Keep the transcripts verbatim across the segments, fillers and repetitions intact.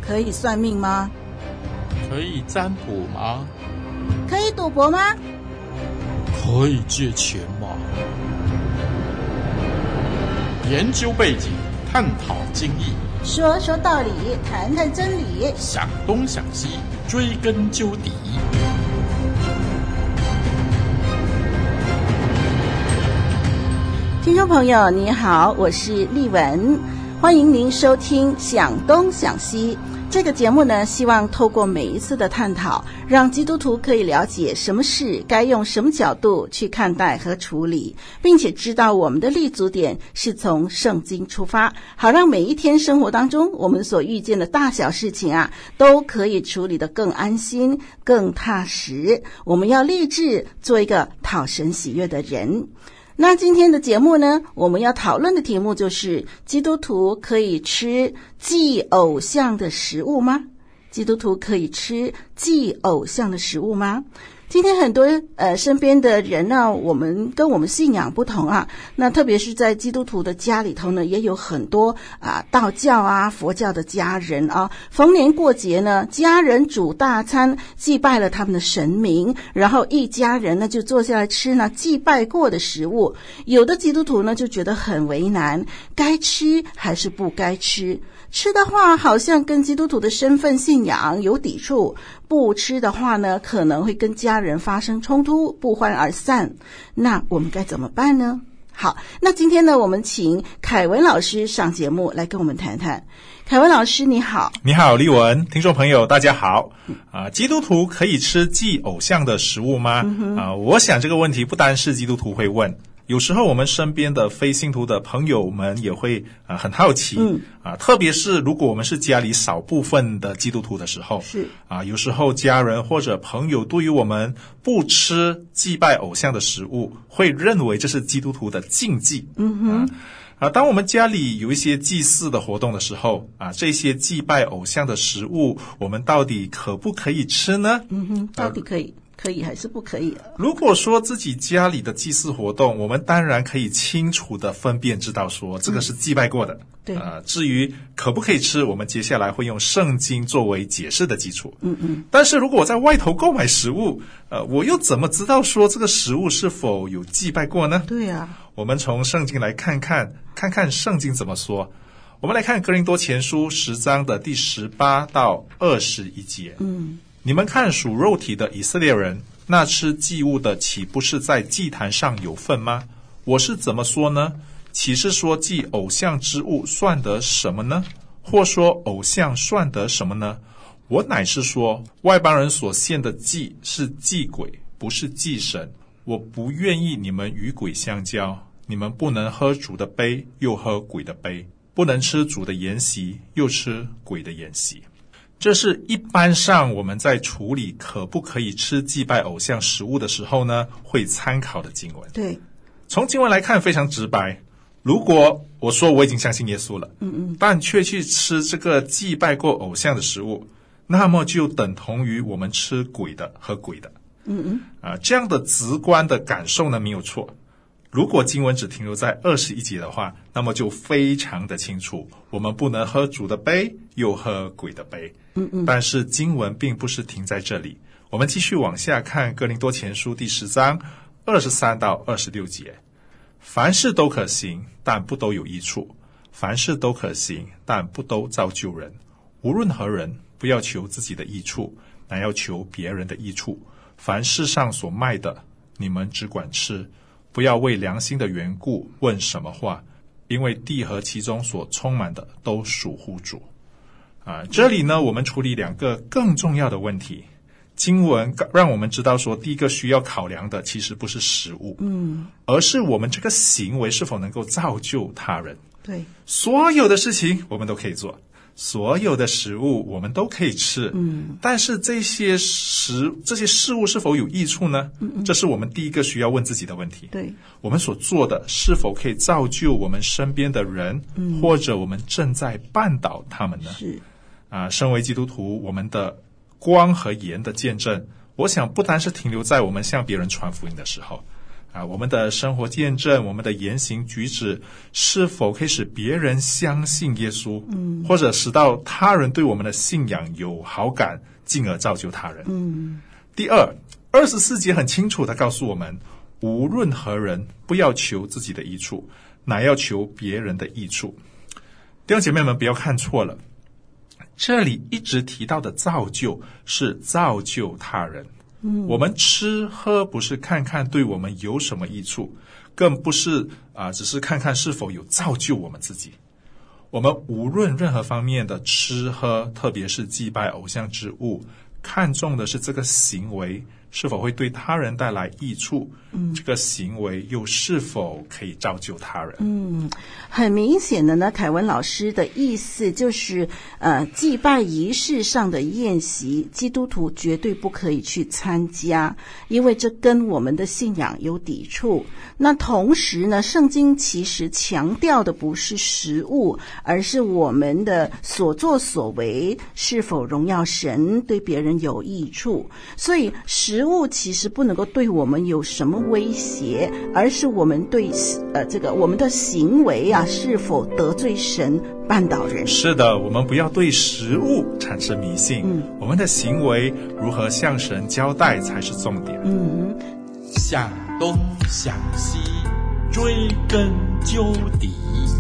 可以算命吗？ 可以占卜吗？ 可以赌博吗？ 可以借钱吗？研究背景，探讨经义， 说说道理，谈谈真理， 想东想西，追根究底。 听众朋友你好，我是丽文，欢迎您收听想东想西。这个节目呢，希望透过每一次的探讨，让基督徒可以了解什么事该用什么角度去看待和处理，并且知道我们的立足点是从圣经出发，好让每一天生活当中我们所遇见的大小事情啊，都可以处理得更安心、更踏实。我们要立志做一个讨神喜悦的人。那今天的节目呢，我们要讨论的题目就是基督徒可以吃祭偶像的食物吗？基督徒可以吃祭偶像的食物吗？今天很多呃身边的人呢，我们跟我们信仰不同啊，那特别是在基督徒的家里头呢，也有很多啊道教啊佛教的家人啊，逢年过节呢，家人煮大餐，祭拜了他们的神明，然后一家人呢就坐下来吃呢祭拜过的食物。有的基督徒呢就觉得很为难，该吃还是不该吃？吃的话好像跟基督徒的身份信仰有抵触，不吃的话呢可能会跟家人发生冲突，不欢而散。那我们该怎么办呢？好，那今天呢我们请凯文老师上节目来跟我们谈谈。凯文老师你好。 你好丽文，听众朋友大家好。啊、呃，基督徒可以吃祭偶像的食物吗？啊、嗯呃，我想这个问题不单是基督徒会问，有时候我们身边的非信徒的朋友们也会啊、呃、很好奇，嗯啊、呃，特别是如果我们是家里少部分的基督徒的时候， 是啊、呃，有时候家人或者朋友对于我们不吃祭拜偶像的食物，会认为这是基督徒的禁忌，嗯哼。啊啊，当我们家里有一些祭祀的活动的时候，啊，这些祭拜偶像的食物，我们到底可不可以吃呢？ 嗯哼，到底可以？呃可以还是不可以？ 如果说自己家里的祭祀活动，我们当然可以清楚的分辨知道说这个是祭拜过的。嗯、 对。 呃，至于可不可以吃，我们接下来会用圣经作为解释的基础。 嗯嗯。 但是如果我在外头购买食物，呃，我又怎么知道说这个食物是否有祭拜过呢？ 对啊。 我们从圣经来看看，看看圣经怎么说。我们来看哥林多前书十章的第十八到二十一节。嗯。你们看属肉体的以色列人，那吃祭物的岂不是在祭坛上有份吗？我是怎么说呢？岂是说祭偶像之物算得什么呢？或说偶像算得什么呢？我乃是说，外邦人所献的祭是祭鬼，不是祭神。我不愿意你们与鬼相交，你们不能喝主的杯，又喝鬼的杯，不能吃主的筵席，又吃鬼的筵席。这是一般上我们在处理可不可以吃祭拜偶像食物的时候呢，会参考的经文。 对， 从经文来看非常直白。如果我说我已经相信耶稣了，嗯嗯，但却去吃这个祭拜过偶像的食物，那么就等同于我们吃鬼的和鬼的。嗯嗯，啊，这样的直观的感受呢没有错。如果经文只停留在二十一节的话，那么就非常的清楚，我们不能喝主的杯，又喝鬼的杯。嗯嗯。但是经文并不是停在这里，我们继续往下看哥林多前书第十章二十三到二十六节。凡事都可行，但不都有益处；凡事都可行，但不都造就人。无论何人，不要求自己的益处，乃要求别人的益处。凡世上所卖的，你们只管吃。不要为良心的缘故问什么话，因为地和其中所充满的都属乎主。啊，这里呢，我们处理两个更重要的问题。经文让我们知道说，第一个需要考量的其实不是食物，嗯，而是我们这个行为是否能够造就他人。 对， 所有的事情我们都可以做，所有的食物我们都可以吃，嗯，但是这些食这些事物是否有益处呢？嗯嗯，这是我们第一个需要问自己的问题。 对， 我们所做的是否可以造就我们身边的人，嗯，或者我们正在绊倒他们呢？ 是啊，身为基督徒，我们的光和盐的见证，我想不单是停留在我们向别人传福音的时候， 啊，我们的生活见证，我们的言行举止，是否可以使别人相信耶稣，嗯，或者使到他人对我们的信仰有好感，进而造就他人。嗯。第二，二十四节很清楚地告诉我们，无论何人，不要求自己的益处，乃要求别人的益处。弟兄姐妹们，不要看错了，这里一直提到的造就是造就他人。嗯，我们吃喝不是看看对我们有什么益处，更不是啊、呃，只是看看是否有造就我们自己。我们无论任何方面的吃喝，特别是祭拜偶像之物，看重的是这个行为是否会对他人带来益处，嗯，这个行为又是否可以造就他人。 嗯，很明显的呢，凯文老师的意思就是呃，祭拜仪式上的宴席，基督徒绝对不可以去参加，因为这跟我们的信仰有抵触。那同时呢，圣经其实强调的不是食物，而是我们的所作所为是否荣耀神，对别人有益处。所以食物其实不能够对我们有什么威胁，而是我们对呃这个我们的行为啊是否得罪神，绊倒人。 是的，我们不要对食物产生迷信，嗯，我们的行为如何向神交代才是重点。 嗯， 向东向西，追根究底。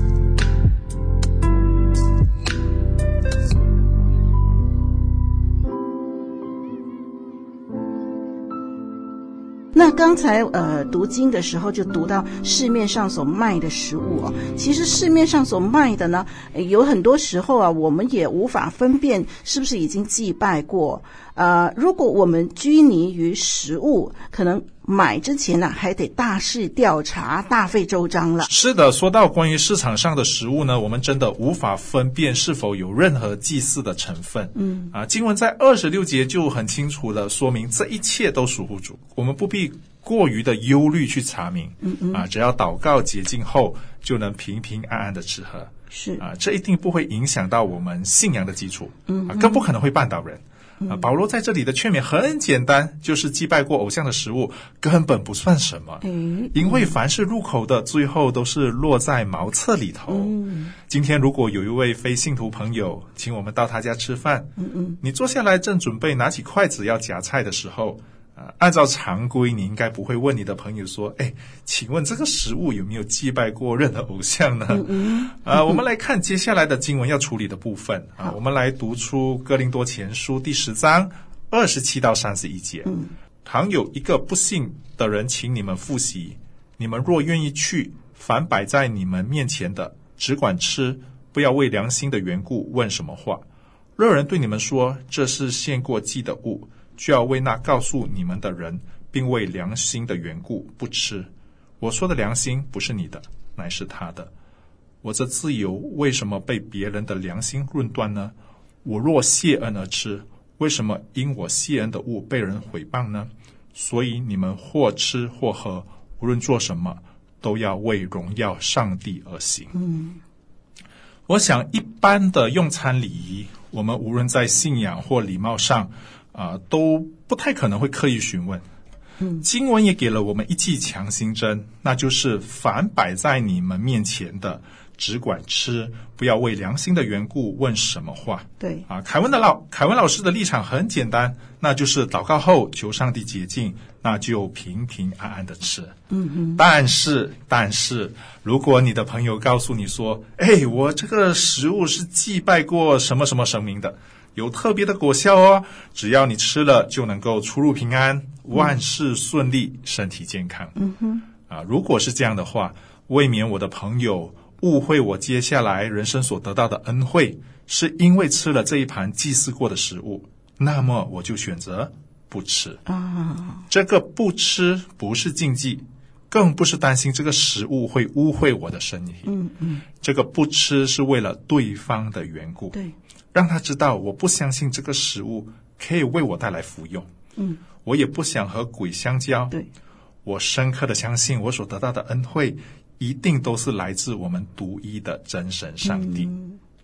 那刚才呃读经的时候就读到市面上所卖的食物哦，其实市面上所卖的呢，有很多时候啊，我们也无法分辨是不是已经祭拜过。呃，如果我们拘泥于食物，可能买之前呢、啊、还得大肆调查，大费周章了。 是的，说到关于市场上的食物呢，我们真的无法分辨是否有任何祭祀的成分。嗯啊，经文在二十六节就很清楚的说明，这一切都属乎主，我们不必过于的忧虑去查明。嗯嗯啊，只要祷告洁净后，就能平平安安的吃喝。 是啊，这一定不会影响到我们信仰的基础。嗯啊，更不可能会绊倒人。啊，保罗在这里的劝勉很简单，就是祭拜过偶像的食物根本不算什么，嗯，因为凡是入口的，最后都是落在茅厕里头。嗯，今天如果有一位非信徒朋友请我们到他家吃饭，嗯嗯，你坐下来正准备拿起筷子要夹菜的时候，呃，按照常规，你应该不会问你的朋友说：“哎，请问这个食物有没有祭拜过任何偶像呢？”嗯嗯，呃，我们来看接下来的经文要处理的部分啊，我们来读出哥林多前书第十章二十七到三十一节。嗯，倘有一个不信的人请你们赴席，你们若愿意去，凡摆在你们面前的，只管吃，不要为良心的缘故问什么话。若人对你们说这是献过祭的物，就要为那告诉你们的人，并为良心的缘故不吃。我说的良心不是你的，乃是他的。我这自由为什么被别人的良心论断呢？我若谢恩而吃，为什么因我谢恩的物被人毁谤呢？所以你们或吃或喝，无论做什么，都要为荣耀上帝而行。嗯，我想一般的用餐礼仪，我们无论在信仰或礼貌上啊、呃，都不太可能会刻意询问。嗯，经文也给了我们一剂强心针，那就是凡摆在你们面前的，只管吃，不要为良心的缘故问什么话。 对啊，凯文的老凯文老师的立场很简单，那就是祷告后求上帝洁净，那就平平安安的吃。嗯嗯。但是但是，如果你的朋友告诉你说，哎，我这个食物是祭拜过什么什么神明的，有特别的果效哦，只要你吃了就能够出入平安，万事顺利，身体健康。嗯哼，啊，如果是这样的话，未免我的朋友误会我接下来人生所得到的恩惠，是因为吃了这一盘祭祀过的食物，那么我就选择不吃啊。这个不吃不是禁忌，更不是担心这个食物会污秽我的身体。嗯嗯，这个不吃是为了对方的缘故。 对。 让他知道我不相信这个食物可以为我带来福用，嗯，我也不想和鬼相交。 对， 我深刻的相信我所得到的恩惠一定都是来自我们独一的真神上帝。嗯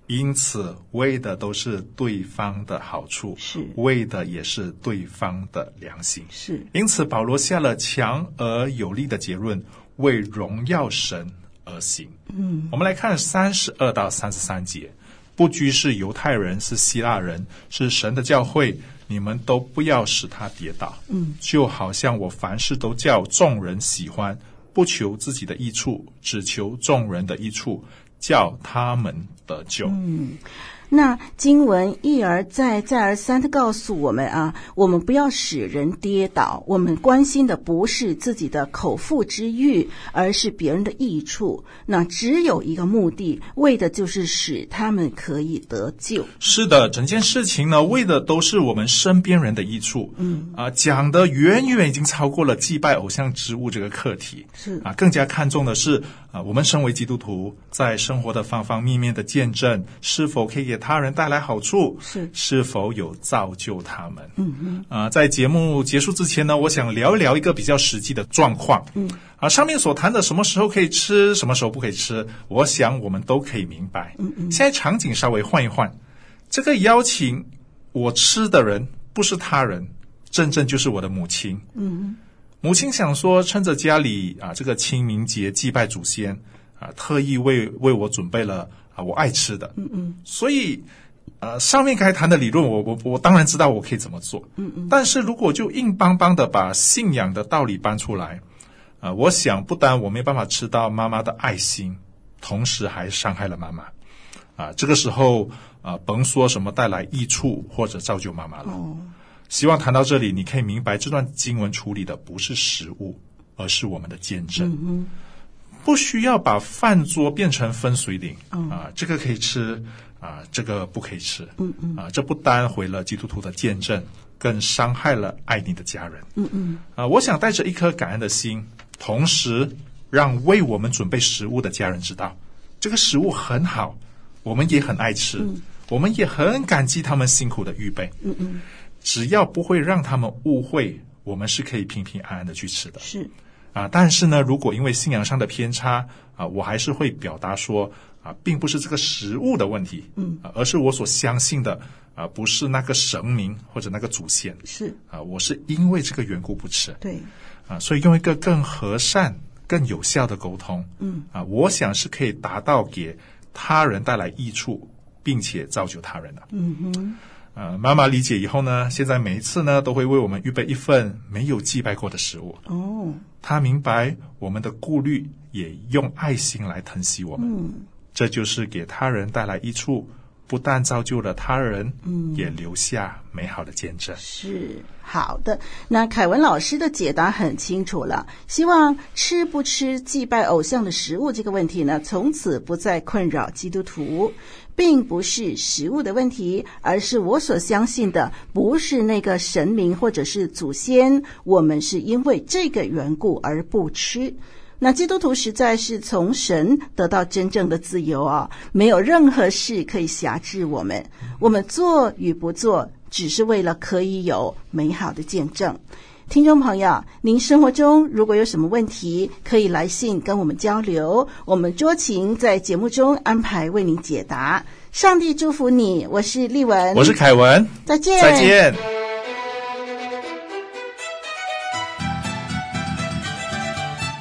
因此为的都是对方的好处， 是为的也是对方的良心。 是， 因此保罗下了强而有力的结论，为荣耀神而行。嗯，我们来看三十二到三十三节，不拘是犹太人是希腊人，是神的教会，你们都不要使他跌倒。嗯，就好像我凡事都叫众人喜欢，不求自己的益处，只求众人的益处，叫他们得救。 嗯，那经文一而再再而三的告诉我们啊，我们不要使人跌倒，我们关心的不是自己的口腹之欲，而是别人的益处。那只有一个目的，为的就是使他们可以得救。 是的，整件事情呢，为的都是我们身边人的益处。嗯啊，讲的远远已经超过了祭拜偶像之物这个课题。 是啊，更加看重的是啊，我们身为基督徒，在生活的方方面面的见证，是否可以给他人带来好处， 是是否有造就他们。 嗯嗯啊，在节目结束之前呢，我想聊一聊一个比较实际的状况。嗯啊，上面所谈的什么时候可以吃，什么时候不可以吃，我想我们都可以明白。嗯嗯，现在场景稍微换一换，这个邀请我吃的人不是他人，真正就是我的母亲。嗯，母亲想说，趁着家里啊这个清明节祭拜祖先啊，特意为为我准备了啊我爱吃的。嗯嗯，所以呃上面该谈的理论我我我当然知道我可以怎么做。嗯嗯，但是如果就硬邦邦的把信仰的道理搬出来啊，我想不但我没办法吃到妈妈的爱心，同时还伤害了妈妈。啊，这个时候啊，甭说什么带来益处或者造就妈妈了。哦，希望谈到这里，你可以明白这段经文处理的不是食物，而是我们的见证。嗯，不需要把饭桌变成分水岭。嗯，啊，这个可以吃，啊，这个不可以吃。嗯嗯，啊，这不单毁了基督徒的见证，更伤害了爱你的家人。嗯嗯，啊，我想带着一颗感恩的心，同时让为我们准备食物的家人知道，这个食物很好，我们也很爱吃。嗯，我们也很感激他们辛苦的预备。嗯嗯，只要不会让他们误会，我们是可以平平安安的去吃的。 是啊，但是呢，如果因为信仰上的偏差啊，我还是会表达说啊，并不是这个食物的问题，嗯、啊，而是我所相信的啊，不是那个神明或者那个祖先。 是啊，我是因为这个缘故不吃。 对啊，所以用一个更和善、更有效的沟通，嗯啊，我想是可以达到给他人带来益处，并且造就他人的。嗯哼。呃，妈妈理解以后呢，现在每一次呢，都会为我们预备一份没有祭拜过的食物。哦，她明白我们的顾虑，也用爱心来疼惜我们。嗯，这就是给他人带来益处，不但造就了他人，嗯，也留下美好的见证。 是好的。那凯文老师的解答很清楚了，希望吃不吃祭拜偶像的食物这个问题呢，从此不再困扰基督徒。并不是食物的问题，而是我所相信的不是那个神明或者是祖先，我们是因为这个缘故而不吃。那基督徒实在是从神得到真正的自由啊，没有任何事可以辖制我们，我们做与不做只是为了可以有美好的见证。听众朋友，您生活中如果有什么问题，可以来信跟我们交流，我们酌情在节目中安排为您解答。上帝祝福你，我是丽文， 我是凯文， 再见， 再见。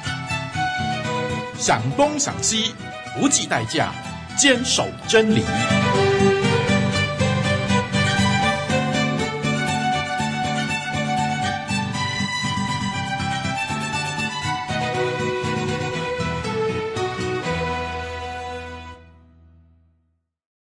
想东想西，不计代价，坚守真理。